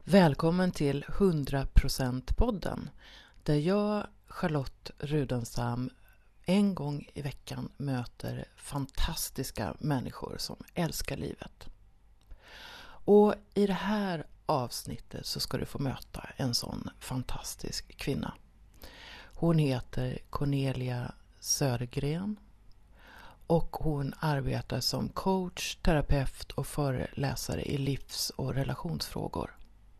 Välkommen till 100%-podden där jag, Charlotte Rudenstam, en gång i veckan möter fantastiska människor som älskar livet. Och i det här avsnittet så ska du få möta en sån fantastisk kvinna. Hon heter Cornelia Södergren och hon arbetar som coach, terapeut och föreläsare i livs- och relationsfrågor.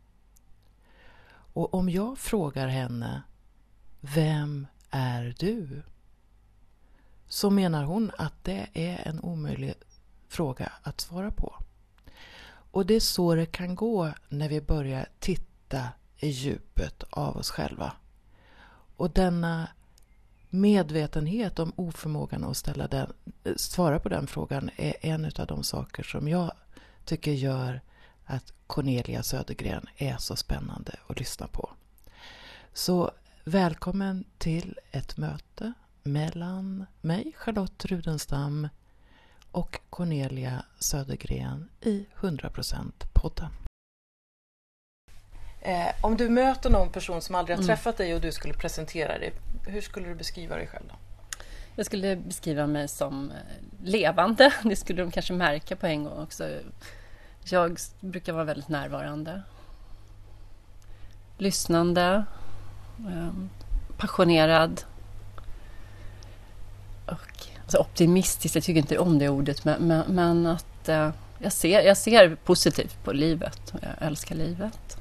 Och om jag frågar henne, vem är du? Så menar hon att det är en omöjlig fråga att svara på. Och det är så det kan gå när vi börjar titta i djupet av oss själva. Och denna medvetenhet om oförmågan att svara på den frågan är en av de saker som jag tycker gör att Cornelia Södergren är så spännande att lyssna på. Så välkommen till ett möte mellan mig, Charlotte Rudenstam, och Cornelia Södergren i 100%-podden. Om du möter någon person som aldrig har träffat dig och du skulle presentera dig, hur skulle du beskriva dig själv då? Jag skulle beskriva mig som levande. Det skulle de kanske märka på en gång också. Jag brukar vara väldigt närvarande. Lyssnande. Passionerad. Och alltså optimistisk. Jag tycker inte om det ordet. Men att jag ser positivt på livet. Och jag älskar livet.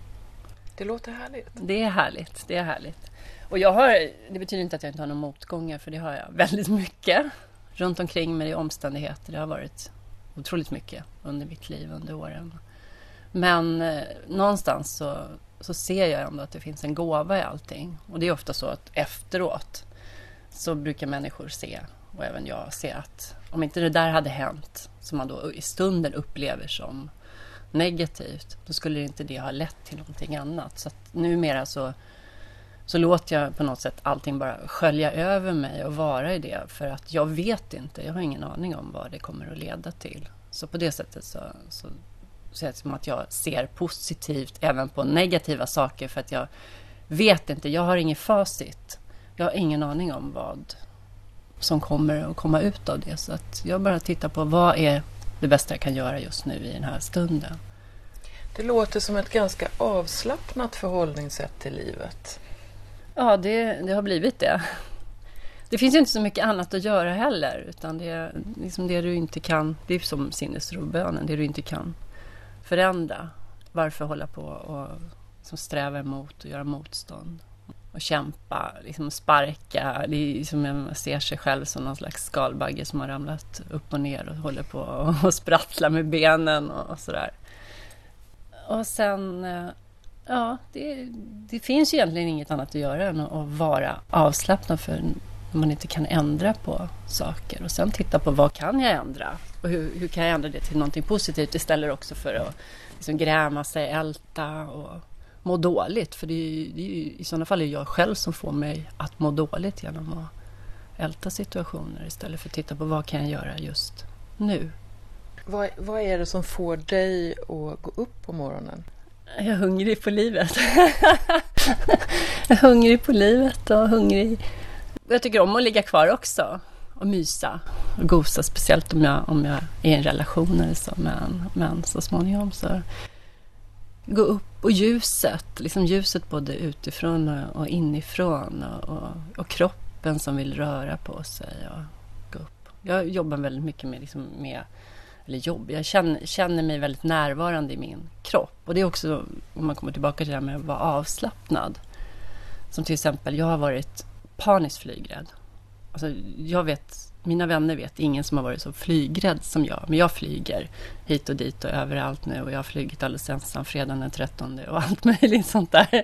Det låter härligt. Det är härligt. Och det betyder inte att jag inte har några motgångar. För det har jag väldigt mycket. Runt omkring mig i omständigheter. Det har varit otroligt mycket under mitt liv, under åren. Men någonstans så ser jag ändå att det finns en gåva i allting. Och det är ofta så att efteråt så brukar människor se, och även jag ser att om inte det där hade hänt, som man då i stunden upplever som negativt, då skulle inte det ha lett till någonting annat. Så att numera så låter jag på något sätt allting bara skölja över mig och vara i det. För att jag vet inte, jag har ingen aning om vad det kommer att leda till. Så på det sättet så är det som att jag ser positivt även på negativa saker. För att jag vet inte, jag har ingen facit. Jag har ingen aning om vad som kommer att komma ut av det. Så att jag bara tittar på vad är det bästa jag kan göra just nu i den här stunden. Det låter som ett ganska avslappnat förhållningssätt till livet. Ja, det har blivit det. Det finns ju inte så mycket annat att göra heller. Utan det är liksom det du inte kan. Det är som sinnesrobönen. Det du inte kan förändra. Varför hålla på och liksom sträva emot och göra motstånd. Och kämpa, liksom sparka. Det är som man ser sig själv som någon slags skalbagge som har ramlat upp och ner. Och håller på och sprattla med benen och sådär. Och sen... Ja, det finns ju egentligen inget annat att göra än att vara avslappnad, för man inte kan ändra på saker. Och sen titta på vad kan jag ändra? Och hur kan jag ändra det till någonting positivt istället också för att liksom gräma sig, älta och må dåligt. För det är ju, i sådana fall är jag själv som får mig att må dåligt genom att älta situationer istället för att titta på vad kan jag göra just nu. Vad är det som får dig att gå upp på morgonen? Jag är hungrig på livet. Jag är hungrig på livet och hungrig. Jag tycker om att ligga kvar också. Och mysa. Och gosa, speciellt om jag är i en relation eller så. Men så småningom så gå upp. Och ljuset. Liksom ljuset både utifrån och inifrån. Och kroppen som vill röra på sig. Och gå upp. Jag jobbar väldigt mycket med jag känner mig väldigt närvarande i min kropp. Och det är också, om man kommer tillbaka till det här med att vara avslappnad. Som till exempel, jag har varit paniskt flygrädd. Alltså, mina vänner vet ingen som har varit så flygrädd som jag. Men jag flyger hit och dit och överallt nu. Och jag har flugit alldeles ensam fredagen den 13 och allt möjligt sånt där.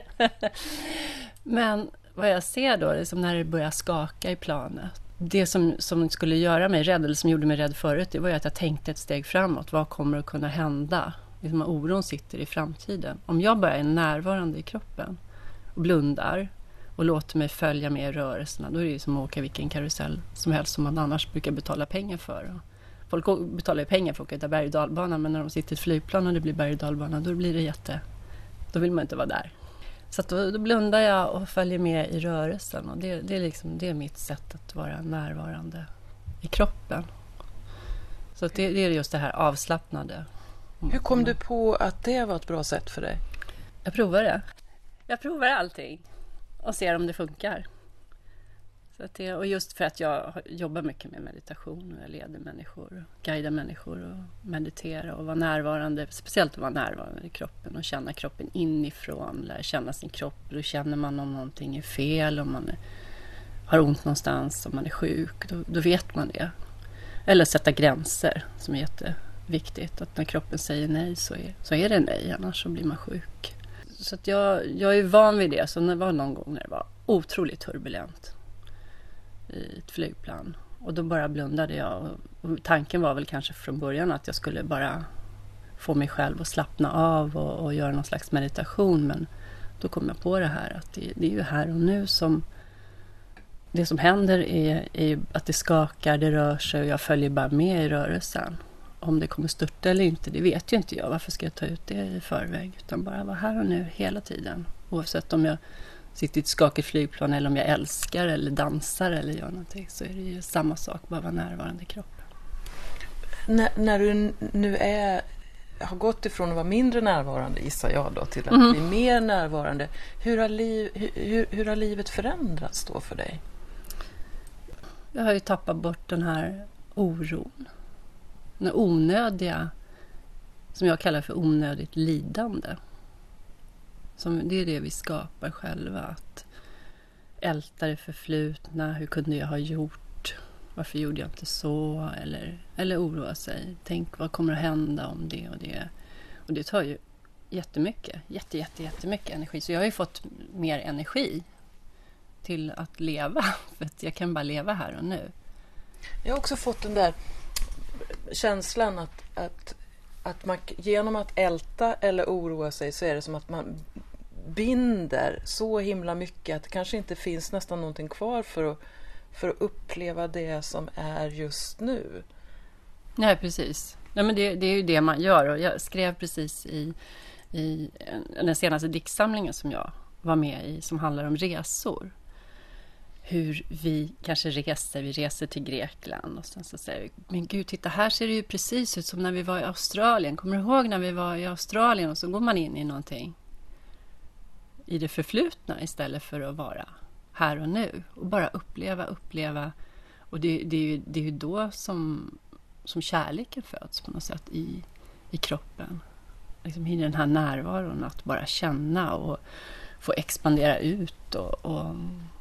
Men vad jag ser då, det är som när det börjar skaka i planet. Det som skulle göra mig rädd, eller som gjorde mig rädd förut, det var ju att jag tänkte ett steg framåt. Vad kommer att kunna hända? Liksom oron sitter i framtiden. Om jag bara är närvarande i kroppen och blundar och låter mig följa med i rörelserna, då är det ju som att åka vilken karusell som helst som man annars brukar betala pengar för. Folk betalar ju pengar för att åka berg- och dalbana, men när de sitter i ett flygplan och det blir berg- och dalbana, då blir det då vill man inte vara där. Så att då blundar jag och följer med i rörelsen. Och det är mitt sätt att vara närvarande i kroppen. Så att det är just det här avslappnade. Hur kom du på att det var ett bra sätt för dig? Jag provar det. Jag provar allting och ser om det funkar. Så att och just för att jag jobbar mycket med meditation och jag leder människor, guidar människor och meditera och vara närvarande, speciellt att vara närvarande i kroppen och känna kroppen inifrån, lära känna sin kropp. Då känner man om någonting är fel, om man har ont någonstans, om man är sjuk, då vet man det. Eller sätta gränser som är jätteviktigt, att när kroppen säger nej så är det nej, annars så blir man sjuk. Så att jag är van vid det, så det var någon gång när det var otroligt turbulent i ett flygplan. Och då bara blundade jag. Och tanken var väl kanske från början att jag skulle bara få mig själv att slappna av och göra någon slags meditation. Men då kom jag på det här att det är ju här och nu som det som händer är att det skakar, det rör sig och jag följer bara med i rörelsen. Om det kommer störta eller inte, det vet ju inte jag. Varför ska jag ta ut det i förväg? Utan bara vara här och nu hela tiden. Oavsett om jag sitter i ett skakigt flygplan eller om jag älskar eller dansar eller gör någonting, så är det ju samma sak, bara vara närvarande i kroppen. När du nu har gått ifrån att vara mindre närvarande, gissar jag då, till att bli mer närvarande, hur har livet förändrats då för dig? Jag har ju tappat bort den här oron. Den onödiga, som jag kallar för onödigt lidande. Det är det vi skapar själva. Att älta det förflutna. Hur kunde jag ha gjort? Varför gjorde jag inte så? Eller oroa sig. Tänk, vad kommer att hända om det och det? Och det tar ju jättemycket. Jättemycket energi. Så jag har ju fått mer energi till att leva. För att jag kan bara leva här och nu. Jag har också fått den där känslan att man genom att älta eller oroa sig så är det som att man binder så himla mycket att det kanske inte finns nästan någonting kvar för att uppleva det som är just nu. Nej, precis. Nej, men det är ju det man gör. Och jag skrev precis i den senaste diktsamlingen som jag var med i, som handlar om resor. Hur vi kanske reser till Grekland och sen så säger vi, men gud, titta, här ser det ju precis ut som när vi var i Australien. Kommer du ihåg när vi var i Australien? Och så går man in i någonting i det förflutna istället för att vara här och nu och bara uppleva. Och det är ju då som kärleken föds på något sätt i kroppen. Liksom i den här närvaron, att bara känna och få expandera ut och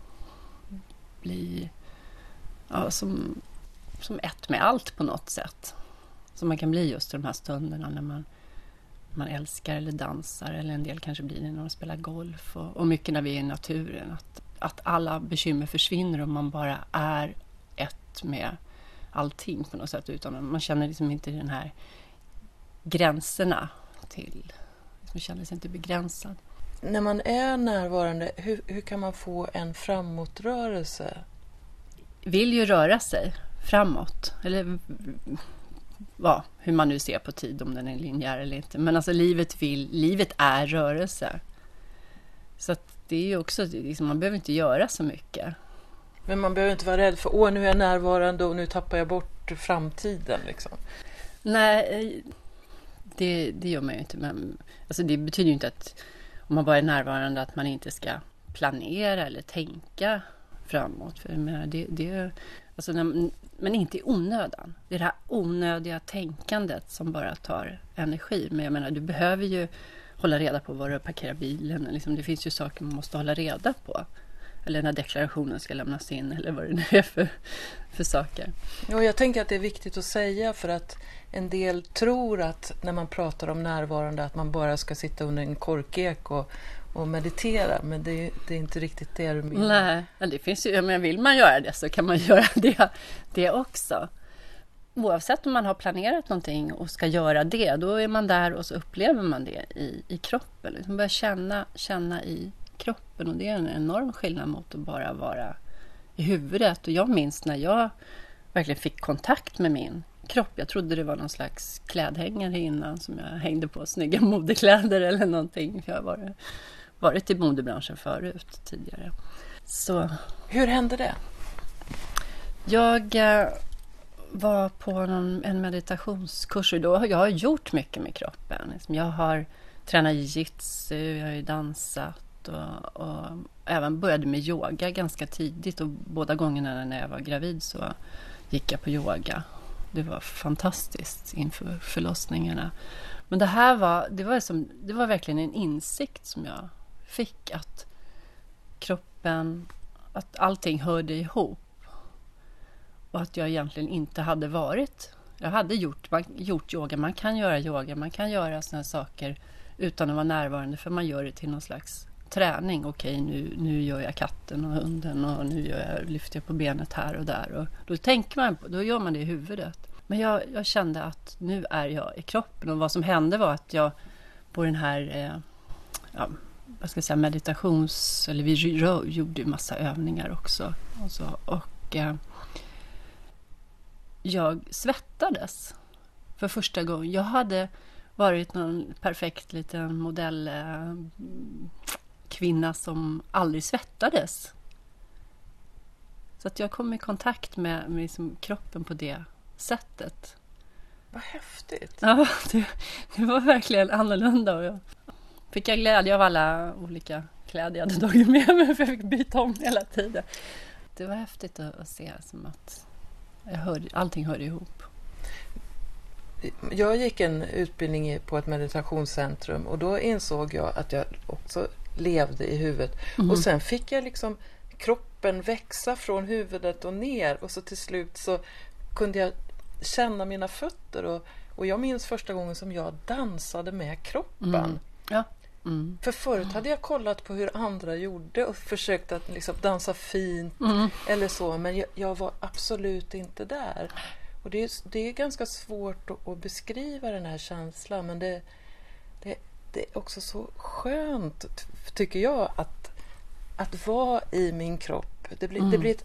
bli som ett med allt på något sätt. Som man kan bli just i de här stunderna när man älskar eller dansar, eller en del kanske blir det när man spelar golf och mycket när vi är i naturen, att alla bekymmer försvinner och man bara är ett med allting på något sätt, utan man känner liksom inte den här gränserna till, man känner sig inte begränsad. När man är närvarande, hur kan man få en framåtrörelse? Vill ju röra sig framåt, eller hur man nu ser på tid, om den är linjär eller inte. Men alltså livet är rörelse. Så att det är ju också, liksom, man behöver inte göra så mycket. Men man behöver inte vara rädd för, nu är jag närvarande och nu tappar jag bort framtiden liksom. Nej, det gör man ju inte. Men alltså, det betyder ju inte att om man bara är närvarande att man inte ska planera eller tänka framåt. För alltså men inte i onödan. Det är det här onödiga tänkandet som bara tar energi. Men jag menar, du behöver ju hålla reda på var du parkerar bilen. Liksom, det finns ju saker man måste hålla reda på. Eller när deklarationen ska lämnas in, eller vad det nu är för saker. Ja, jag tänker att det är viktigt att säga, för att en del tror att när man pratar om närvarande att man bara ska sitta under en korkek och meditera, men det är inte riktigt det du menar. Nej, det finns ju, men vill man göra det så kan man göra det också. Oavsett om man har planerat någonting och ska göra det, då är man där och så upplever man det i kroppen. Liksom börja känna i kroppen, och det är en enorm skillnad mot att bara vara i huvudet. Och jag minns när jag verkligen fick kontakt med min kropp. Jag trodde det var någon slags klädhängare innan som jag hängde på snygga modekläder eller någonting. För jag har varit i modebranschen förut tidigare. Så. Hur hände det? Jag var på en meditationskurs och då jag har gjort mycket med kroppen. Jag har tränat jiu-jitsu, jag har ju dansat och även började med yoga ganska tidigt. Och båda gångerna när jag var gravid så gick jag på yoga. Det var fantastiskt inför förlossningarna. Men det var verkligen en insikt som jag fick, att kroppen, att allting hörde ihop. Och att jag egentligen inte hade jag hade gjort yoga, man kan göra såna saker utan att vara närvarande, för man gör det till någon slags träning. Okej, nu gör jag katten och hunden och lyfter jag på benet här och där. Och då gör man det i huvudet. Men jag kände att nu är jag i kroppen, och vad som hände var att jag på den här meditations, eller vi gjorde en massa övningar också och jag svettades för första gången. Jag hade varit någon perfekt liten modellkvinna som aldrig svettades. Så att jag kom i kontakt med liksom kroppen på det sättet. Vad häftigt. Ja, det var verkligen annorlunda. Och jag fick glädje av alla olika kläder jag hade tagit med mig, för jag fick byta om hela tiden. Det var häftigt att se, som att allting hörde ihop. Jag gick en utbildning på ett meditationscentrum och då insåg jag att jag också levde i huvudet. Och sen fick jag liksom kroppen växa från huvudet och ner, och så till slut så kunde jag känna mina fötter, och jag minns första gången som jag dansade med kroppen. Ja. För förut hade jag kollat på hur andra gjorde och försökt att liksom dansa fint eller så, men jag var absolut inte där. Och det är ganska svårt att beskriva den här känslan, men det är också så skönt, tycker jag, att vara i min kropp. Det blir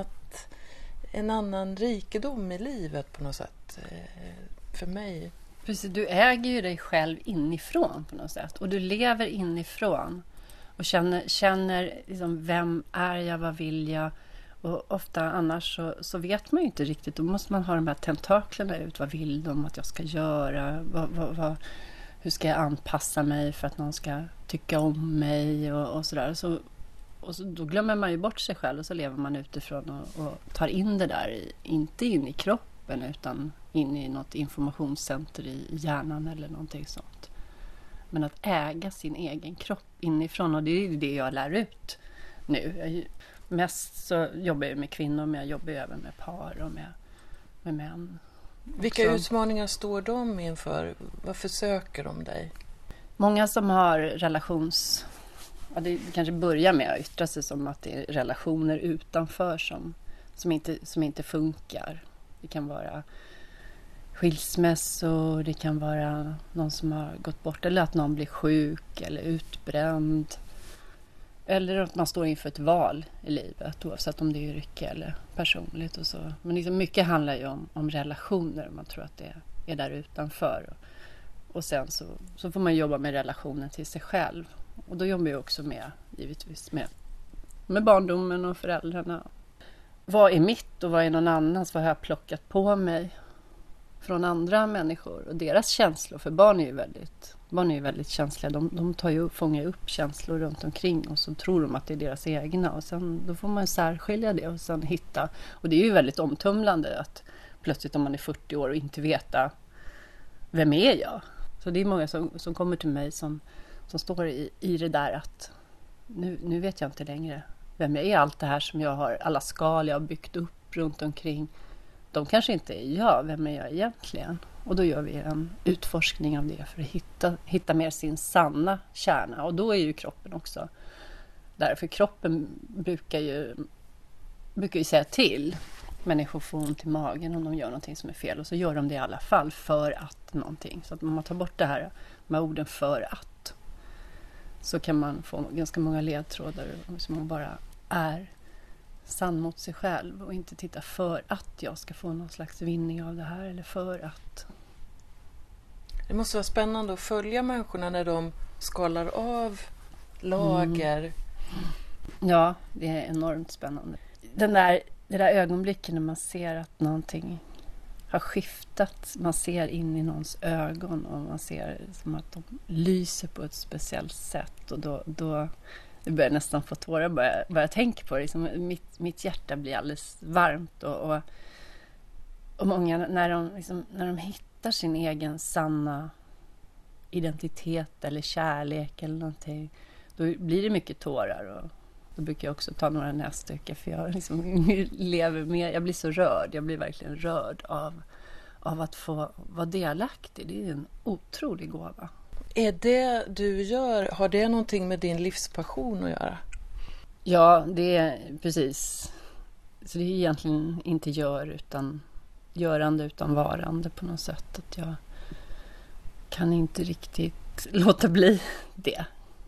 en annan rikedom i livet på något sätt för mig. Precis, du äger ju dig själv inifrån på något sätt. Och du lever inifrån. Och känner liksom, vem är jag, vad vill jag? Och ofta annars så vet man ju inte riktigt. Då måste man ha de här tentaklerna ut. Vad vill de att jag ska göra? Hur ska jag anpassa mig för att någon ska tycka om mig? Och sådär. Så då glömmer man ju bort sig själv. Och så lever man utifrån och tar in det där. Inte in i kroppen, utan in i något informationscenter i hjärnan eller någonting sånt. Men att äga sin egen kropp inifrån, och det är det jag lär ut nu. Mest så jobbar jag med kvinnor, men jag jobbar även med par och med män. Vilka utmaningar står de inför? Varför söker de dig? Många som har det kanske börjar med att yttra sig som att det är relationer utanför som inte funkar. Det kan vara skilsmässor, det kan vara någon som har gått bort, eller att någon blir sjuk eller utbränd. Eller att man står inför ett val i livet, oavsett om det är yrke eller personligt och så. Men liksom mycket handlar ju om relationer, man tror att det är där utanför. Och sen så får man jobba med relationen till sig själv. Och då jobbar jag också givetvis med barndomen och föräldrarna. Vad är mitt och vad är någon annans? Vad har jag plockat på mig från andra människor och deras känslor? För barn är ju väldigt känsliga. De fångar upp känslor runt omkring, och så tror de att det är deras egna. Och sen då får man särskilja det och sen hitta. Och det är ju väldigt omtumlande att plötsligt, om man är 40 år och inte veta vem är jag. Så det är många som kommer till mig som står i det där att nu vet jag inte längre vem jag är. Allt det här som jag har, alla skal jag har byggt upp runt omkring, de kanske inte är jag. Vem är jag egentligen? Och då gör vi en utforskning av det för att hitta mer sin sanna kärna. Och då är ju kroppen också där. För kroppen brukar ju säga till. Människor får ont i magen om de gör någonting som är fel. Och så gör de det i alla fall för att någonting. Så att om man tar bort det här med orden för att, så kan man få ganska många ledtrådar som man bara är sann mot sig själv och inte titta för att jag ska få någon slags vinning av det här eller för att. Det måste vara spännande att följa människorna när de skalar av lager. Ja, det är enormt spännande. Det där ögonblicket när man ser att någonting har skiftat. Man ser in i någons ögon och man ser som att de lyser på ett speciellt sätt. Och då det börjar nästan få tårar bara jag tänker på det. Liksom, mitt hjärta blir alldeles varmt. Och många när de hittar sin egen sanna identitet eller kärlek eller någonting, då blir det mycket tårar. Och då brukar jag också ta några nässtycken för jag liksom lever med. Jag blir så rörd. Jag blir verkligen rörd av att få vara delaktig. Det är en otrolig gåva. Är det du gör, har det någonting med din livspassion att göra? Ja, det är precis. Så det är egentligen inte görande utan varande på något sätt. Att jag kan inte riktigt låta bli det.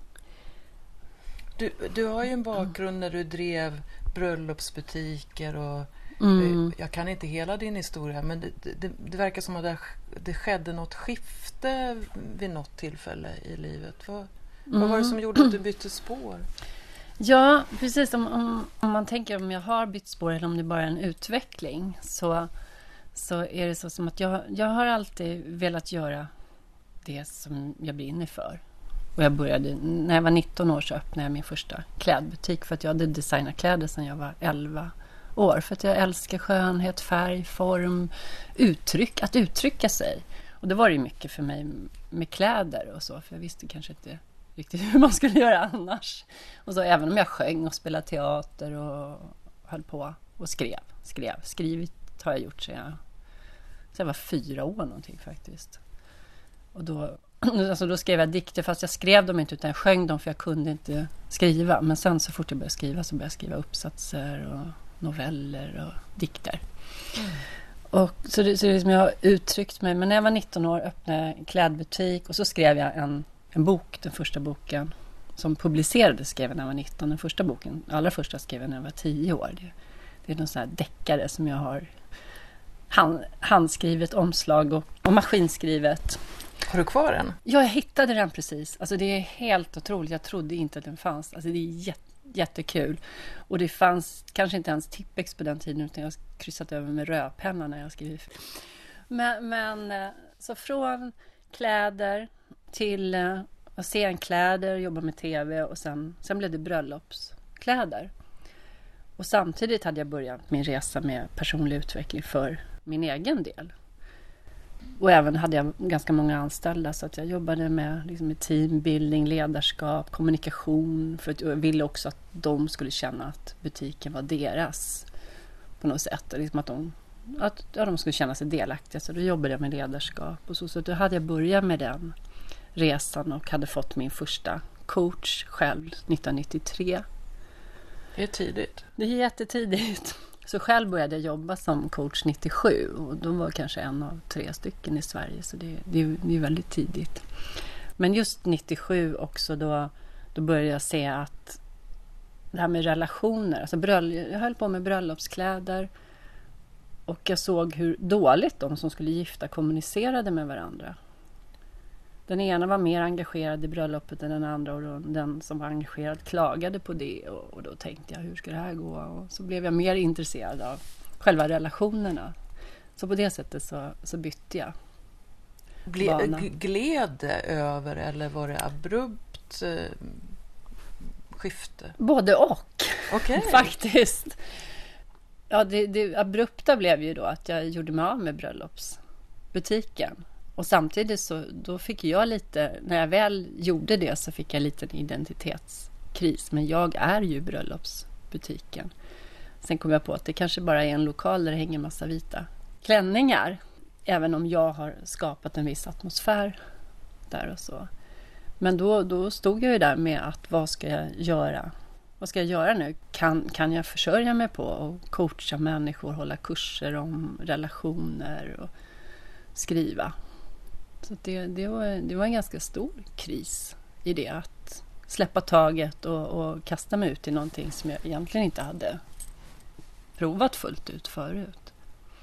Du har ju en bakgrund när du drev bröllopsbutiker och jag kan inte hela din historia, men det verkar som att det skedde något skifte vid något tillfälle i livet. Vad var det som gjorde att du bytte spår? Ja, precis. Om man tänker om jag har bytt spår eller om det bara är en utveckling så är det så som att jag har alltid velat göra det som jag brinner för. Och jag började, när jag var 19 år så öppnade jag min första klädbutik för att jag hade designat kläder sedan jag var 11 år. För att jag älskar skönhet, färg, form, att uttrycka sig. Och det var ju mycket för mig med kläder och så. För jag visste kanske inte riktigt hur man skulle göra annars. Och så även om jag sjöng och spelade teater och höll på och skrev. Skrivit har jag gjort så jag var 4 år någonting faktiskt. Och då skrev jag dikter, fast jag skrev dem inte utan jag sjöng dem för jag kunde inte skriva. Men sen så fort jag började skriva så började jag skriva uppsatser och noveller och dikter. Och så det är som jag har uttryckt mig. Men när jag var 19 år öppnade jag en klädbutik och så skrev jag en bok, den första boken som publicerades skrev jag när jag var 19. Den första boken, allra första skrev jag när jag var 10 år. Det är någon sån här deckare som jag har handskrivet omslag och maskinskrivet. Har du kvar den? Ja, jag hittade den precis. Alltså det är helt otroligt. Jag trodde inte att den fanns. Alltså det är jättekul. Och det fanns kanske inte ens Tippex på den tiden utan jag har kryssat över med rödpenna när jag skrev. Men så från kläder till scenkläder, jobba med tv och sen blev det bröllopskläder. Och samtidigt hade jag börjat min resa med personlig utveckling för min egen del. Och även hade jag ganska många anställda så att jag jobbade med teambuilding, ledarskap, kommunikation. För att jag ville också att de skulle känna att butiken var deras på något sätt. Liksom att de skulle känna sig delaktiga. Så då jobbade jag med ledarskap. Och så då hade jag börjat med den resan och hade fått min första coach själv 1993. Det är tidigt. Det är jättetidigt. Så själv började jag jobba som coach 97 och de var kanske en av 3 stycken i Sverige så det är väldigt tidigt. Men just 97 också då började jag se att det här med relationer, alltså jag höll på med bröllopskläder och jag såg hur dåligt de som skulle gifta kommunicerade med varandra. Den ena var mer engagerad i bröllopet än den andra och den som var engagerad klagade på det och då tänkte jag hur ska det här gå och så blev jag mer intresserad av själva relationerna. Så på det sättet så bytte jag bana. Gled det över eller var det abrupt skifte? Både och okay. Faktiskt. Ja, det abrupta blev ju då att jag gjorde mig av med bröllopsbutiken. Och samtidigt så då fick jag lite, när jag väl gjorde det så fick jag lite en identitetskris. Men jag är ju bröllopsbutiken. Sen kom jag på att det kanske bara är en lokal där det hänger massa vita klänningar. Även om jag har skapat en viss atmosfär där och så. Men då stod jag ju där med att vad ska jag göra? Vad ska jag göra nu? Kan jag försörja mig på och coacha människor, hålla kurser om relationer och skriva? Så det var en ganska stor kris i det att släppa taget och kasta mig ut i någonting som jag egentligen inte hade provat fullt ut förut.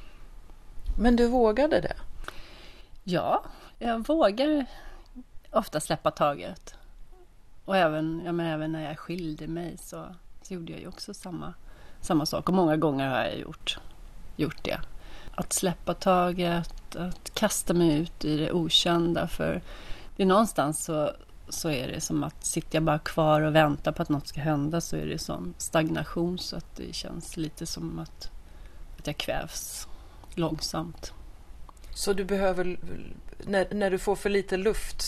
Men du vågade det? Ja, jag vågar ofta släppa taget. Och även när jag skilde mig så gjorde jag ju också samma sak. Och många gånger har jag gjort det. Att släppa taget, att kasta mig ut i det okända. För det är någonstans så är det som att sitter jag bara kvar och väntar på att något ska hända, så är det som stagnation, så att det känns lite som att jag kvävs långsamt. Så du behöver, när du får för lite luft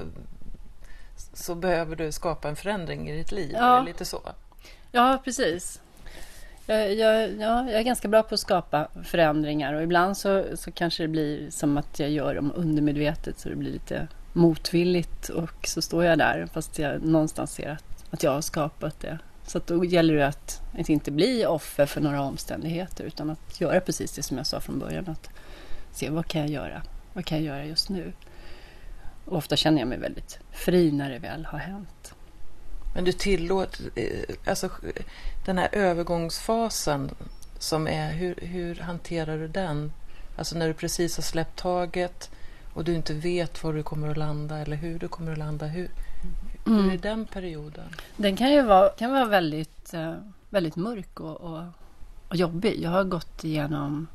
så behöver du skapa en förändring i ditt liv? Ja. Är det lite så? Ja, precis. Jag är ganska bra på att skapa förändringar, och ibland så kanske det blir som att jag gör dem undermedvetet, så det blir lite motvilligt, och så står jag där fast jag någonstans ser att jag har skapat det. Så att då gäller det att inte bli offer för några omständigheter, utan att göra precis det som jag sa från början, att se vad kan jag göra just nu. Och ofta känner jag mig väldigt fri när det väl har hänt. Men du tillåter, alltså den här övergångsfasen som är, hur hanterar du den? Alltså när du precis har släppt taget och du inte vet var du kommer att landa eller hur du kommer att landa. Hur är den perioden? Den kan vara väldigt, väldigt mörk och jobbig. Jag har gått igenom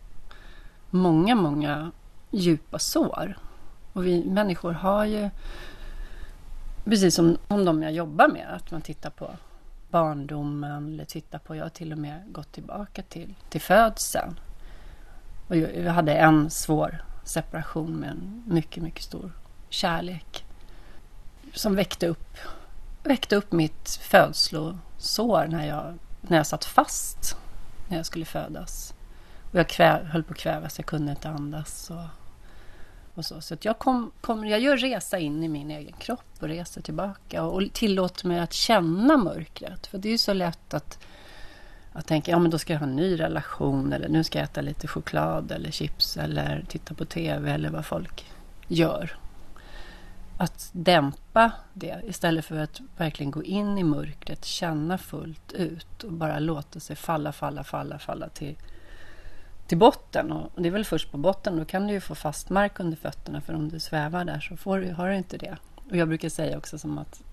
många djupa sår. Och vi människor har ju, precis som de jag jobbar med, att man tittar på barndomen eller tittar på, jag har till och med gått tillbaka till födseln. Och jag hade en svår separation med en mycket stor kärlek som väckte upp mitt födslosår när jag satt fast när jag skulle födas. Och jag höll på att kvävas, jag kunde inte andas och så. Så att jag gör resa in i min egen kropp och reser tillbaka och tillåter mig att känna mörkret. För det är ju så lätt att tänka, ja men då ska jag ha en ny relation, eller nu ska jag äta lite choklad eller chips eller titta på tv eller vad folk gör. Att dämpa det istället för att verkligen gå in i mörkret, känna fullt ut och bara låta sig falla till botten. Och det är väl först på botten, då kan du ju få fast mark under fötterna, för om du svävar där så har du inte det. Och jag brukar säga också som att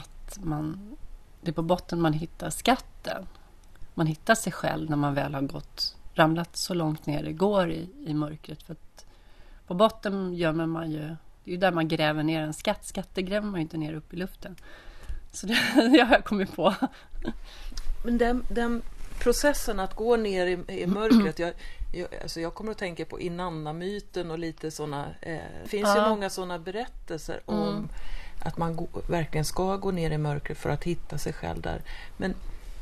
det är på botten man hittar skatten. Man hittar sig själv när man väl har ramlat så långt ner det går i mörkret. För att på botten gömmer man ju, det är ju där man gräver ner en skatt. Skatter gräver man ju inte ner upp i luften. Så det har jag kommit på. Men den processen att gå ner i mörkret, jag kommer att tänka på Inanna-myten och lite sådana. Det finns ju många sådana berättelser om att man verkligen ska gå ner i mörkret för att hitta sig själv där. Men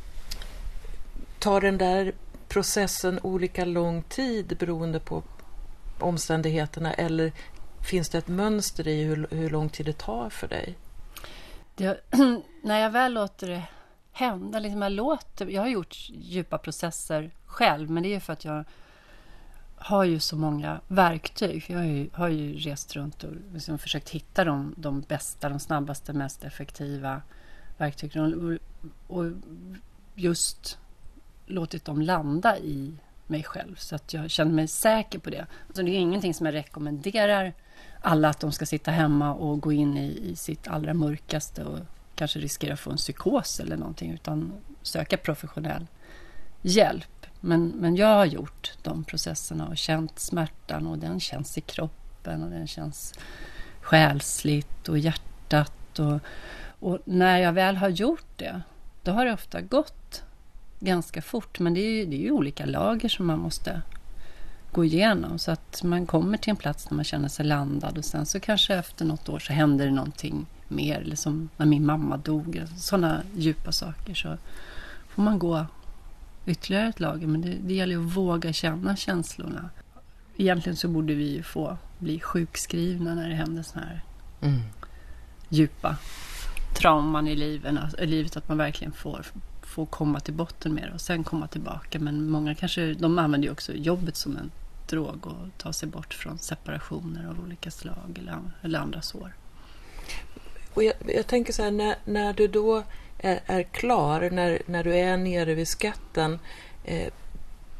tar den där processen olika lång tid beroende på omständigheterna, eller finns det ett mönster i hur lång tid det tar för dig? När jag väl låter det hända, liksom jag har gjort djupa processer själv, men det är för att jag har ju så många verktyg. Jag har ju rest runt och liksom försökt hitta de bästa, de snabbaste, mest effektiva verktygen och just låtit dem landa i mig själv, så att jag känner mig säker på det. Alltså det är ingenting som jag rekommenderar alla att de ska sitta hemma och gå in i sitt allra mörkaste och kanske riskera att få en psykos eller någonting, utan söka professionell hjälp. Men jag har gjort de processerna och känt smärtan, och den känns i kroppen och den känns själsligt och hjärtat och när jag väl har gjort det, då har det ofta gått ganska fort, men det är ju olika lager som man måste gå igenom, så att man kommer till en plats när man känner sig landad, och sen så kanske efter något år så händer det någonting mer, eller som när min mamma dog, sådana djupa saker, så får man gå ytterligare ett lager, men det gäller att våga känna känslorna. Egentligen så borde vi ju få bli sjukskrivna när det händer såna här djupa trauman i livet, att man verkligen får komma till botten med det och sen komma tillbaka. Men många kanske, de använder ju också jobbet som en drog och tar sig bort från separationer av olika slag eller andra sår. Och jag tänker så här, när du då är klar, när du är nere vid skatten,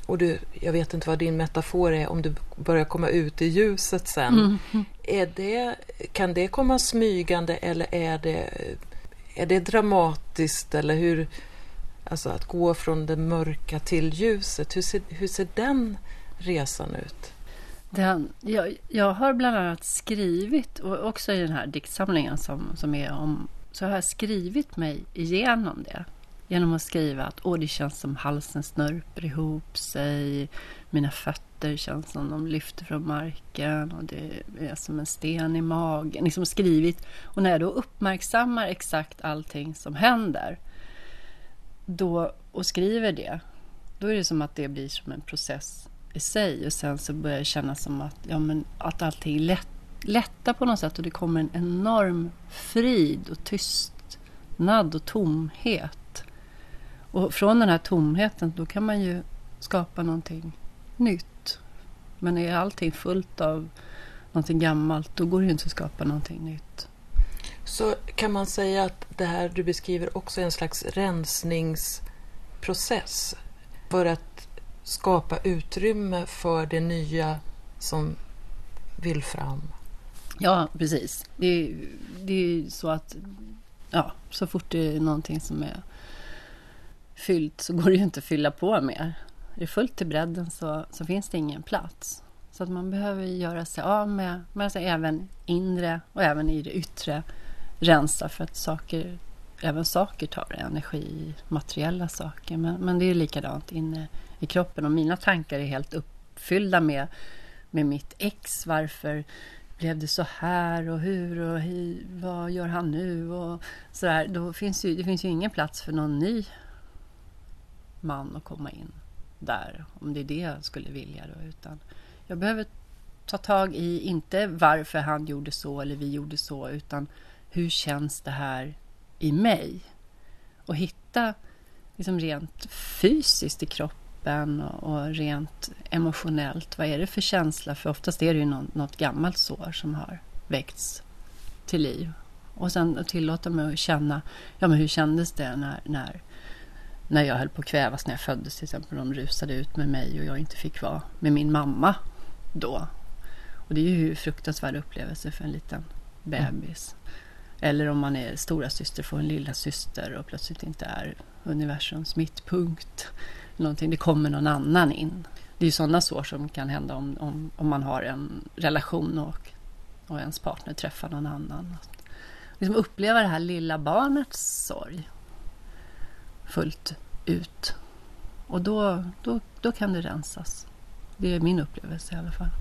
och jag vet inte vad din metafor är, om du börjar komma ut i ljuset sen. Kan det komma smygande, eller är det dramatiskt, eller hur, alltså att gå från det mörka till ljuset, hur ser den resan ut? Jag har bland annat skrivit, och också i den här diktsamlingen som är om, så har jag skrivit mig igenom det. Genom att skriva att det känns som halsen snörper ihop sig, mina fötter känns som de lyfter från marken och det är som en sten i magen. Liksom skrivit, och när jag då uppmärksammar exakt allting som händer då, och skriver det, då är det som att det blir som en process i sig, och sen så börjar jag känna som att allting lättar på något sätt, och det kommer en enorm frid och tystnad och tomhet. Och från den här tomheten då kan man ju skapa någonting nytt. Men är allting fullt av någonting gammalt, då går det ju inte att skapa någonting nytt. Så kan man säga att det här du beskriver också är en slags rensningsprocess för att skapa utrymme för det nya som vill fram? Ja, precis. Det är ju så att så fort det är någonting som är fyllt så går det ju inte att fylla på mer. Är det fullt till bredden så finns det ingen plats. Så att man behöver göra sig av med alltså även inre och även i det yttre rensa, för att även saker tar energi, materiella saker. Men det är likadant inne i kroppen, och mina tankar är helt uppfyllda med mitt ex. Varför blev det så här, och hur, och vad gör han nu, och sådär. Det finns ju ingen plats för någon ny man att komma in där, om det är det jag skulle vilja då, utan jag behöver ta tag i, inte varför han gjorde så eller vi gjorde så, utan hur känns det här i mig, och hitta liksom rent fysiskt i kroppen och rent emotionellt, vad är det för känsla, för oftast är det ju något gammalt sår som har väckts till liv, och sen tillåta mig att känna, men hur kändes det när jag höll på att kvävas när jag föddes till exempel. De rusade ut med mig och jag inte fick vara med min mamma då. Och det är ju en fruktansvärd upplevelse för en liten bebis. Eller om man är stora syster, får en lilla syster och plötsligt inte är universums mittpunkt. Någonting, det kommer någon annan in. Det är ju sådana sår som kan hända om man har en relation och ens partner träffar någon annan. Att liksom uppleva det här lilla barnets sorg fullt ut. Och då kan det rensas. Det är min upplevelse i alla fall.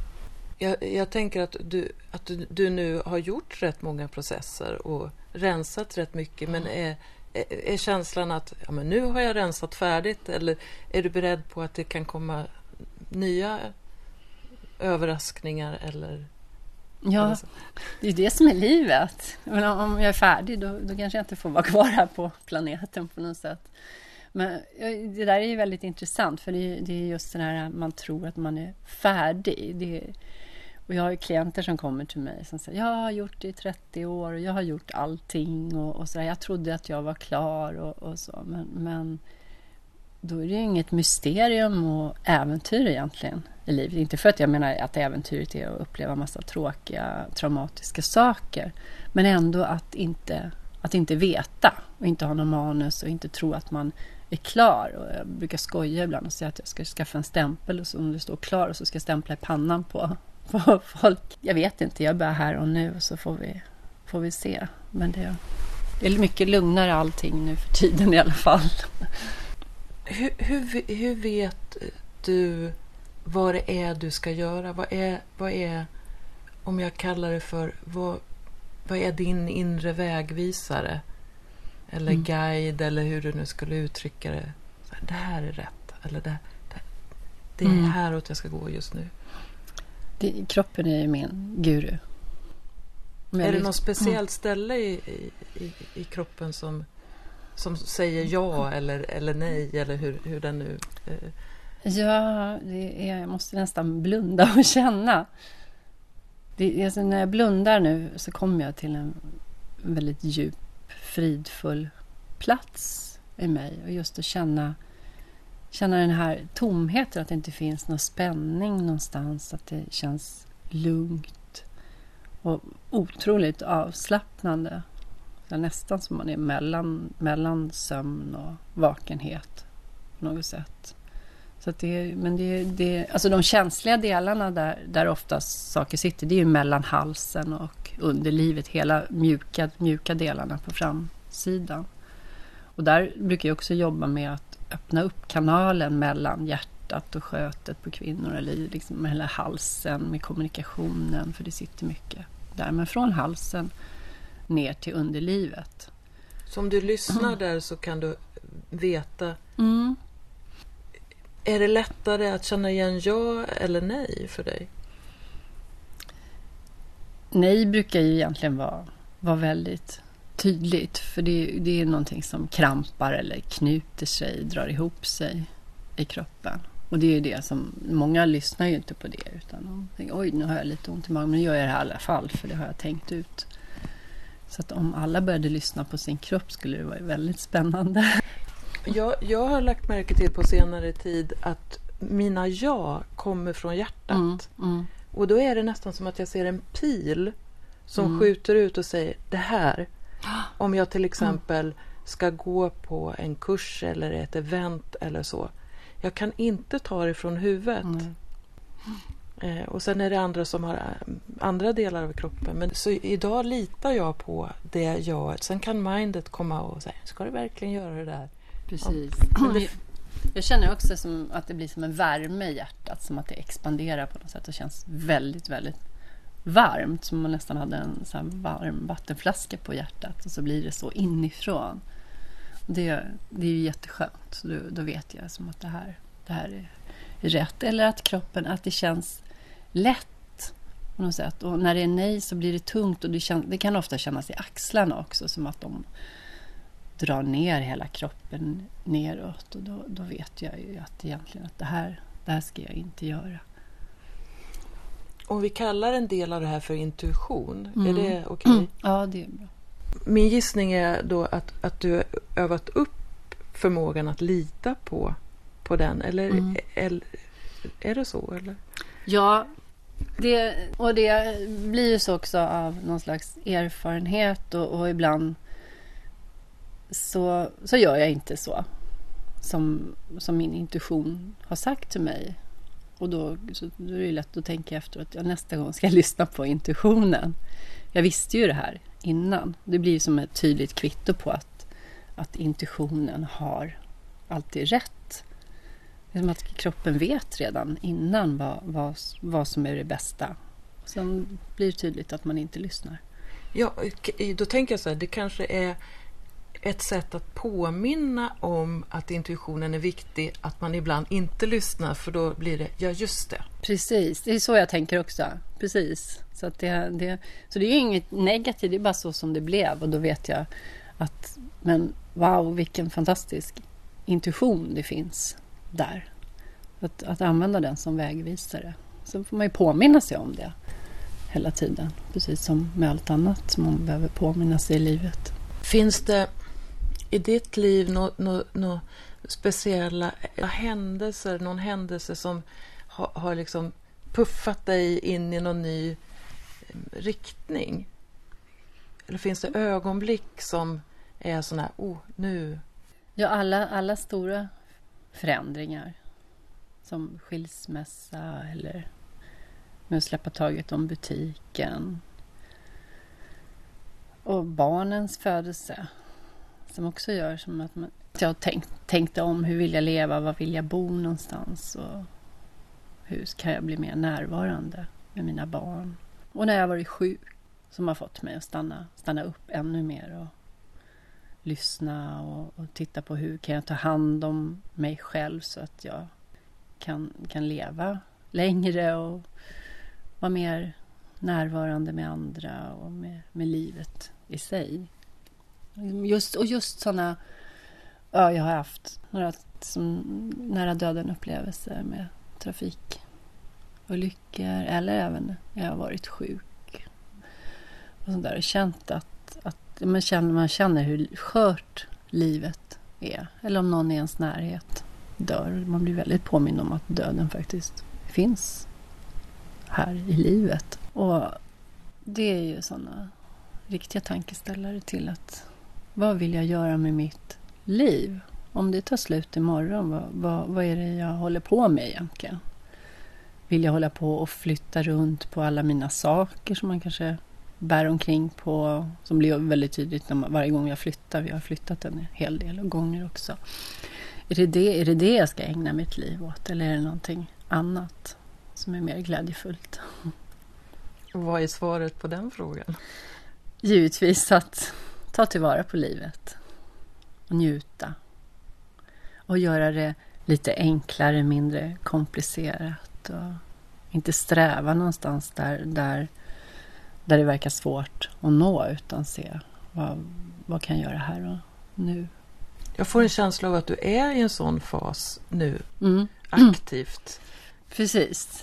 Jag tänker att du nu har gjort rätt många processer och rensat rätt mycket, men är känslan att men nu har jag rensat färdigt, eller är du beredd på att det kan komma nya överraskningar, eller? Ja, det är det som är livet. Men om jag är färdig då kanske jag inte får vara kvar här på planeten på något sätt. Men det där är ju väldigt intressant, för det är just det här man tror att man är färdig. Och jag har ju klienter som kommer till mig som säger, jag har gjort det i 30 år och jag har gjort allting och så där. Jag trodde att jag var klar och så. Men då är det ju inget mysterium och äventyr egentligen i livet. Inte för att jag menar att äventyret är att uppleva massa tråkiga, traumatiska saker. Men ändå att inte veta och inte ha någon manus och inte tro att man är klar. Och jag brukar skoja ibland och säga att jag ska skaffa en stämpel och så om det står klar och så ska jag stämpla i pannan på folk. Jag vet inte, jag är bara här och nu och så får vi se. Men det är mycket lugnare allting nu för tiden i alla fall. Hur vet du vad det är du ska göra? Vad är om jag kallar det för, vad är din inre vägvisare? Eller guide, eller hur du nu skulle uttrycka det. Det här är rätt. Eller det är häråt jag ska gå just nu. Kroppen är min guru. Är det något speciellt ställe i kroppen som säger ja eller nej, eller hur den nu... Ja, jag måste nästan blunda och känna. Alltså när jag blundar nu så kommer jag till en väldigt djup, fridfull plats i mig. Och just att känna känna den här tomheten, att det inte finns någon spänning någonstans, att det känns lugnt och otroligt avslappnande. Det är nästan som man är mellan sömn och vakenhet på något sätt. Så att alltså de känsliga delarna där oftast saker sitter, det är ju mellan halsen och underlivet, hela mjuka delarna på framsidan. Och där brukar jag också jobba med att öppna upp kanalen mellan hjärtat och skötet på kvinnor, eller liksom med halsen, med kommunikationen, för det sitter mycket där. Men från halsen ner till underlivet. Så om du lyssnar där så kan du veta, är det lättare att känna igen ja eller nej för dig? Nej brukar ju egentligen vara väldigt tydligt, för det är någonting som krampar eller knuter sig, drar ihop sig i kroppen. Och det är ju det som, många lyssnar ju inte på det, utan de tänker, oj, nu har jag lite ont i magen, men nu gör jag det här i alla fall, för det har jag tänkt ut. Så att om alla började lyssna på sin kropp skulle det vara väldigt spännande. Jag har lagt märke till på senare tid att mina ja kommer från hjärtat. Och då är det nästan som att jag ser en pil som skjuter ut och säger, det här. Om jag till exempel ska gå på en kurs eller ett event eller så. Jag kan inte ta det från huvudet. Och sen är det andra som har andra delar av kroppen. Men så idag litar jag på det jaet. Sen kan mindet komma och säga, ska du verkligen göra det där? Precis. Ja. Jag känner också som att det blir som en värme i hjärtat. Som att det expanderar på något sätt och känns väldigt, väldigt varmt. Som om man nästan hade en så här varm vattenflaska på hjärtat. Och så blir det så inifrån. Det är ju jätteskönt. Så då vet jag som att det här är rätt. Eller att kroppen, att det känns lätt på något sätt. Och när det är nej så blir det tungt. Och det kan ofta kännas i axlarna också. Som att de drar ner hela kroppen neråt. Och då vet jag ju att egentligen att det här ska jag inte göra. Om vi kallar en del av det här för intuition, är det okej? Ja, det är bra. Min gissning är då att du har övat upp förmågan att lita på den. Eller är det så? Eller? Ja, det blir ju så också av någon slags erfarenhet. Och ibland så gör jag inte så som min intuition har sagt till mig. Och då är det lätt att tänka efter att jag nästa gång ska lyssna på intuitionen. Jag visste ju det här innan. Det blir som ett tydligt kvitto på att intuitionen har alltid rätt. Det är som att kroppen vet redan innan vad som är det bästa. Sen blir det tydligt att man inte lyssnar. Ja, då tänker jag så här, det kanske är ett sätt att påminna om att intuitionen är viktig, att man ibland inte lyssnar, för då blir det, ja just det. Precis, det är så jag tänker också. Precis. Så att så det är ju inget negativt, det är bara så som det blev. Och då vet jag att, men wow, vilken fantastisk intuition det finns där. Att använda den som vägvisare. Så får man ju påminna sig om det hela tiden. Precis som med allt annat som man behöver påminna sig i livet. Finns det i ditt liv några speciella händelser, någon händelse som har liksom puffat dig in i någon ny riktning? Eller finns det ögonblick som är sån här, nu? Ja, alla stora förändringar. Som skilsmässa eller med att släppa taget om butiken. Och barnens födelse. Som också gör som att jag tänkte om, hur vill jag leva, var vill jag bo någonstans. Och hur kan jag bli mer närvarande med mina barn. Och när jag varit sjuk, som har fått mig att stanna upp ännu mer. Och lyssna och titta på hur kan jag ta hand om mig själv så att jag kan leva längre och vara mer närvarande med andra och med livet i sig. Just sådana, ja, jag har haft några som nära döden upplevelser med trafikolyckor eller även när jag har varit sjuk och sånt där, och känt att man känner hur skört livet är, eller om någon är i ens närhet. dör. Man blir väldigt påmind om att döden faktiskt finns här i livet. Och det är ju sådana riktiga tankeställare till att vad vill jag göra med mitt liv? Om det tar slut imorgon, vad är det jag håller på med egentligen? Vill jag hålla på och flytta runt på alla mina saker som man kanske bär omkring på, som blir väldigt tydligt varje gång jag flyttar. Vi har flyttat en hel del gånger också. Är det jag ska ägna mitt liv åt, eller är det någonting annat som är mer glädjefullt? Och vad är svaret på den frågan? Givetvis att ta tillvara på livet och njuta och göra det lite enklare, mindre komplicerat och inte sträva någonstans där det verkar svårt att nå, utan se vad kan jag göra här och nu. Jag får en känsla av att du är i en sån fas nu, aktivt. Precis.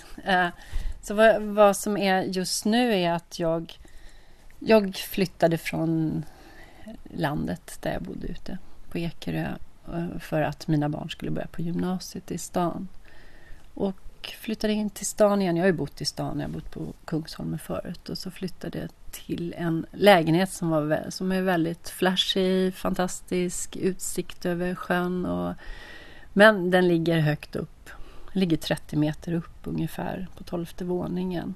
Så vad som är just nu är att jag flyttade från landet där jag bodde ute på Ekerö för att mina barn skulle börja på gymnasiet i stan. Och flyttade in till stan igen. Jag har ju bott i stan, jag har bott på Kungsholmen förut. Och så flyttade jag till en lägenhet som är väldigt flashig, fantastisk, utsikt över sjön. Men den ligger högt upp. Den ligger 30 meter upp ungefär på 12:e våningen.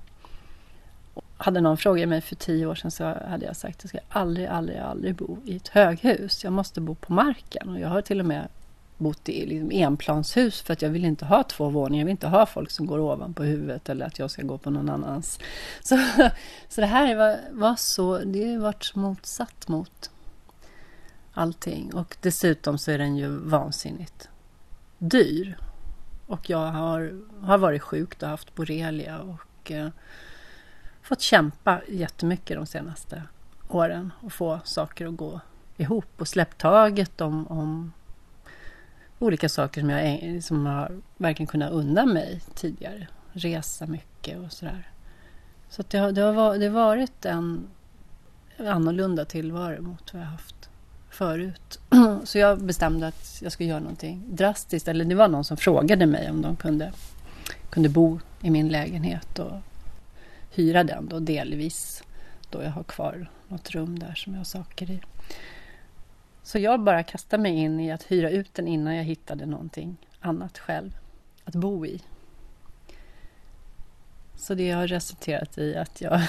Och hade någon frågat mig för 10 år sedan så hade jag sagt att jag ska aldrig bo i ett höghus. Jag måste bo på marken. Och jag har till och med bott i liksom enplanshus för att jag vill inte ha 2 våningar. Jag vill inte ha folk som går ovanpå huvudet eller att jag ska gå på någon annans. Så det här var så, det har varit motsatt mot allting. Och dessutom så är den ju vansinnigt dyr. Och jag har varit sjuk och haft borrelia och fått kämpa jättemycket de senaste åren och få saker att gå ihop och släppt taget om olika saker som jag verkligen kunnat unna mig tidigare. Resa mycket och sådär. Så att det har varit en annorlunda tillvaro mot vad jag haft förut. Så jag bestämde att jag skulle göra någonting drastiskt. Eller det var någon som frågade mig om de kunde bo i min lägenhet och hyra den då delvis. Då jag har kvar något rum där som jag har saker i. Så jag bara kastade mig in i att hyra ut den innan jag hittade någonting annat själv att bo i. Så det har resulterat i att jag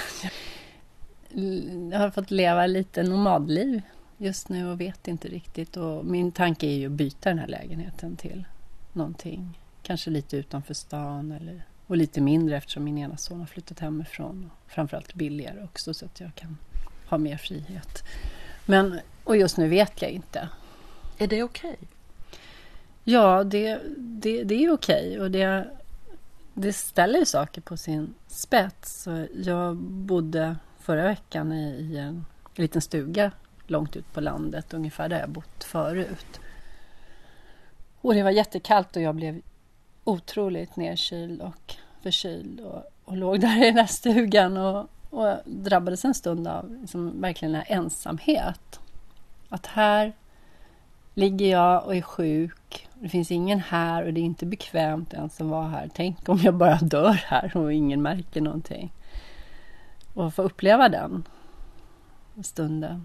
har fått leva lite nomadliv just nu och vet inte riktigt. Och min tanke är ju att byta den här lägenheten till någonting. Kanske lite utanför stan och lite mindre eftersom min ena son har flyttat hemifrån. Och framförallt billigare också så att jag kan ha mer frihet. Och just nu vet jag inte. Är det okej? Ja, det är okej. Och det ställer saker på sin spets. Så jag bodde förra veckan i en liten stuga långt ut på landet. Ungefär där jag bott förut. Och det var jättekallt och jag blev otroligt nedkyld och förkyld. Och låg där i den här stugan och drabbades en stund av liksom verkligen den här ensamhet. Att här ligger jag och är sjuk. Det finns ingen här och det är inte bekvämt ens att vara här. Tänk om jag bara dör här och ingen märker någonting. Och få uppleva den stunden.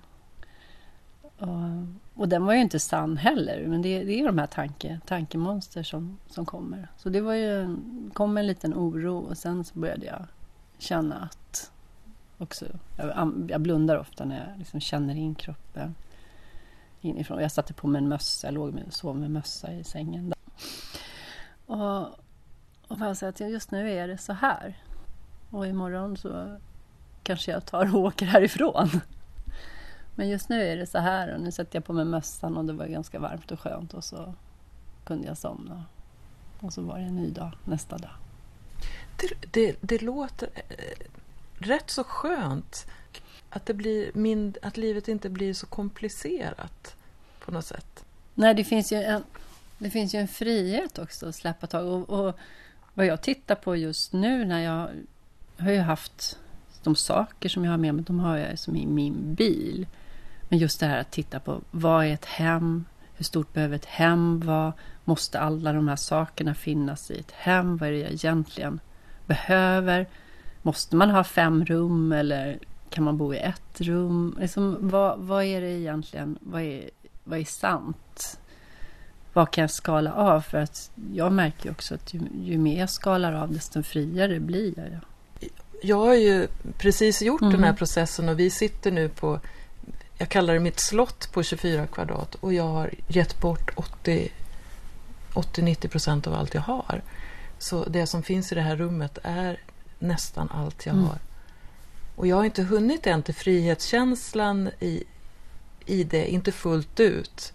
Och den var ju inte sann heller. Men det är de här tankemonster som kommer. Så det kom en liten oro och sen så började jag känna att också, jag blundar ofta när jag liksom känner in kroppen inifrån. Jag satte på mig en mössa, jag sov med mössa i sängen. Och bara säga att just nu är det så här. Och imorgon så kanske jag tar och åker härifrån. Men just nu är det så här och nu sätter jag på mig mössan och det var ganska varmt och skönt och så kunde jag somna. Och så var det en ny dag nästa dag. Det låter rätt så skönt att att livet inte blir så komplicerat på något sätt. Nej, det finns ju en frihet också att släppa tag. Och vad jag tittar på just nu när jag har ju haft de saker som jag har med mig, de har jag som i min bil. Men just det här att titta på vad är ett hem? Hur stort behöver ett hem vara? Måste alla de här sakerna finnas i ett hem? Vad är det jag egentligen behöver? Måste man ha 5 rum eller kan man bo i 1 rum? Liksom, vad är det egentligen? Vad är sant? Vad kan jag skala av? För att jag märker också att ju mer jag skalar av desto friare blir jag. Jag har ju precis gjort den här processen och vi sitter nu på, jag kallar det mitt slott på 24 kvadrat och jag har gett bort 80-90% av allt jag har. Så det som finns i det här rummet är nästan allt jag har. Och jag har inte hunnit än till frihetskänslan i det, inte fullt ut.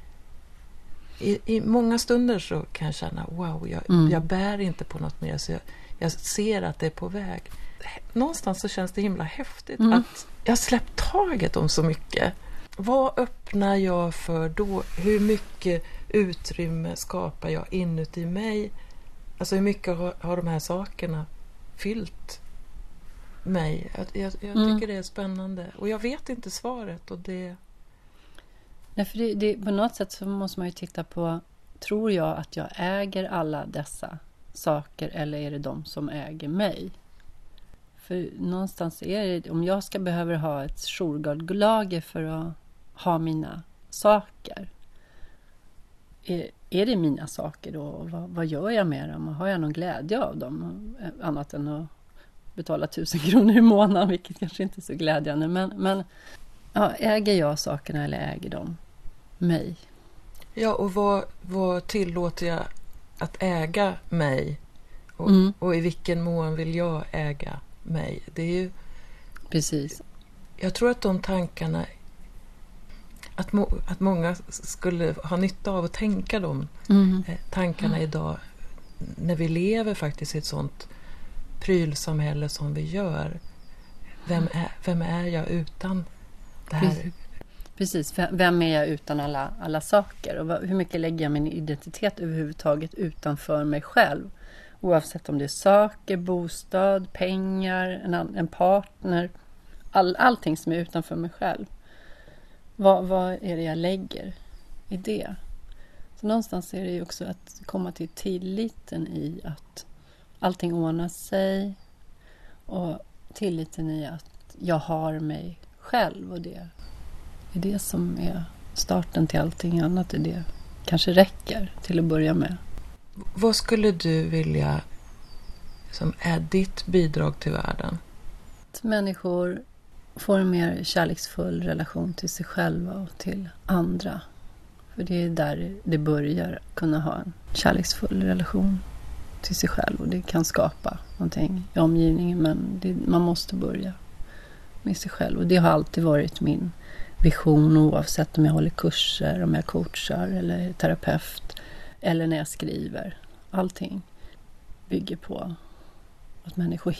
I många stunder så kan jag känna, wow, jag bär inte på något mer så jag ser att det är på väg. Någonstans så känns det himla häftigt att jag har släppt taget om så mycket. Vad öppnar jag för då? Hur mycket utrymme skapar jag inuti mig? Alltså hur mycket har de här sakerna fyllt mig? Jag tycker det är spännande. Och jag vet inte svaret. Och det... Nej, för det, på något sätt så måste man ju titta på, tror jag att jag äger alla dessa saker eller är det de som äger mig? För någonstans är det, om jag ska behöva ha ett Shurgard-lager för att ha mina saker, är det mina saker då? Vad gör jag med dem? Har jag någon glädje av dem? Annat än att betala 1000 kronor i månaden, vilket kanske inte är så glädjande. Men ja, äger jag sakerna eller äger de mig? Ja, och vad tillåter jag att äga mig? Och i vilken mån vill jag äga mig? Det är ju... Precis. Jag tror att de tankarna... Att många skulle ha nytta av att tänka de tankarna idag när vi lever faktiskt i ett sånt prylsamhälle som vi gör. Vem är jag utan det här? Precis, vem är jag utan alla saker? Och hur mycket lägger jag min identitet överhuvudtaget utanför mig själv? Oavsett om det är saker, bostad, pengar, en partner. Allting som är utanför mig själv. Vad är det jag lägger i det? Så någonstans är det ju också att komma till tilliten i att allting ordnar sig. Och tilliten i att jag har mig själv. Och det är det som är starten till allting annat. Det kanske räcker till att börja med. Vad skulle du vilja som är ditt bidrag till världen? Att människor får en mer kärleksfull relation till sig själva och till andra. För det är där det börjar, kunna ha en kärleksfull relation till sig själv. Och det kan skapa någonting i omgivningen, men man måste börja med sig själv. Och det har alltid varit min vision, oavsett om jag håller kurser, om jag coachar eller är terapeut eller när jag skriver. Allting bygger på att människor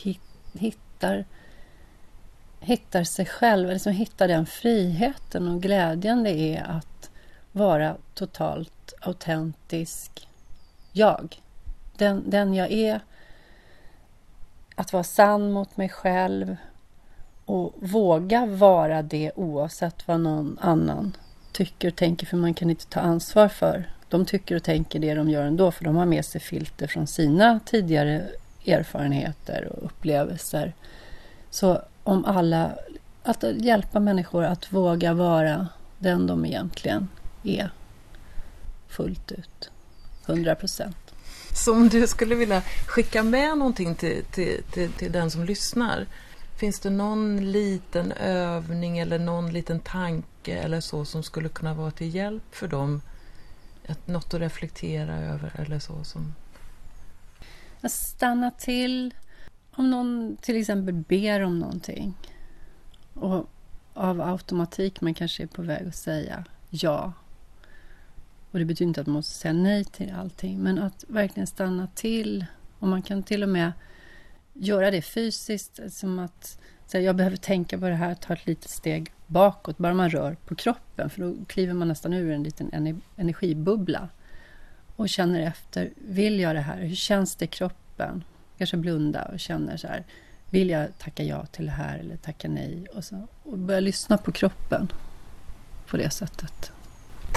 hittar sig själva, liksom hittar den friheten och glädjen det är att vara totalt autentisk jag. Den jag är, att vara sann mot mig själv och våga vara det oavsett vad någon annan tycker och tänker, för man kan inte ta ansvar för. De tycker och tänker det de gör ändå, för de har med sig filter från sina tidigare erfarenheter och upplevelser. Så om alla, att hjälpa människor att våga vara den de egentligen är fullt ut, 100%. Så om du skulle vilja skicka med någonting till den som lyssnar, finns det någon liten övning eller någon liten tanke eller så som skulle kunna vara till hjälp för dem? Något att reflektera över eller så som... Att stanna till om någon till exempel ber om någonting och av automatik man kanske är på väg att säga ja. Och det betyder inte att man måste säga nej till allting, men att verkligen stanna till. Och man kan till och med göra det fysiskt, som att säga, jag behöver tänka på det här, ta ett litet steg bakåt, bara man rör på kroppen, för då kliver man nästan ur en liten energibubbla och känner efter, vill jag det här? Hur känns det i kroppen? Kanske blunda och känner så här, vill jag tacka ja till det här eller tacka nej? Och börja lyssna på kroppen på det sättet.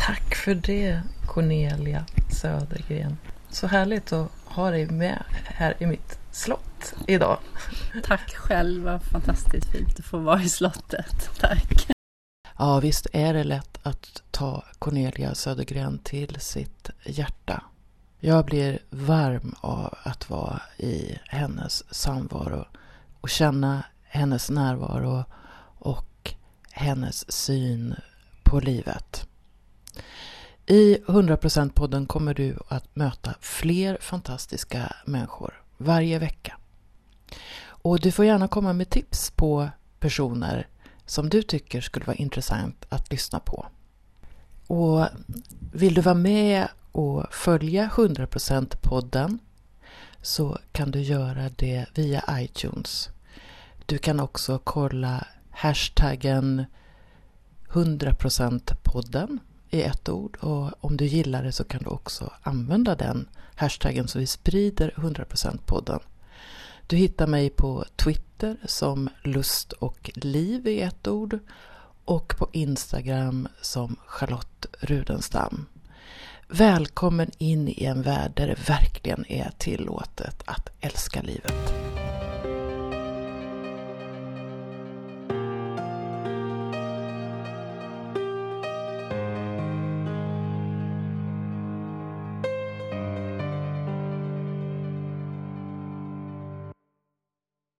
Tack för det, Cornelia Södergren. Så härligt att ha dig med här i mitt slott idag. Tack själv, vad fantastiskt fint att få vara i slottet. Tack. Ja, visst är det lätt att ta Cornelia Södergren till sitt hjärta. Jag blir varm av att vara i hennes samvaro och känna hennes närvaro och hennes syn på livet. I 100%-podden kommer du att möta fler fantastiska människor varje vecka. Och du får gärna komma med tips på personer som du tycker skulle vara intressant att lyssna på. Och vill du vara med och följa 100%-podden så kan du göra det via iTunes. Du kan också kolla hashtaggen 100%-podden i ett ord, och om du gillar det så kan du också använda den hashtaggen så vi sprider 100%-podden. Du hittar mig på Twitter som Lust och liv i ett ord och på Instagram som Charlotte Rudenstam. Välkommen in i en värld där det verkligen är tillåtet att älska livet.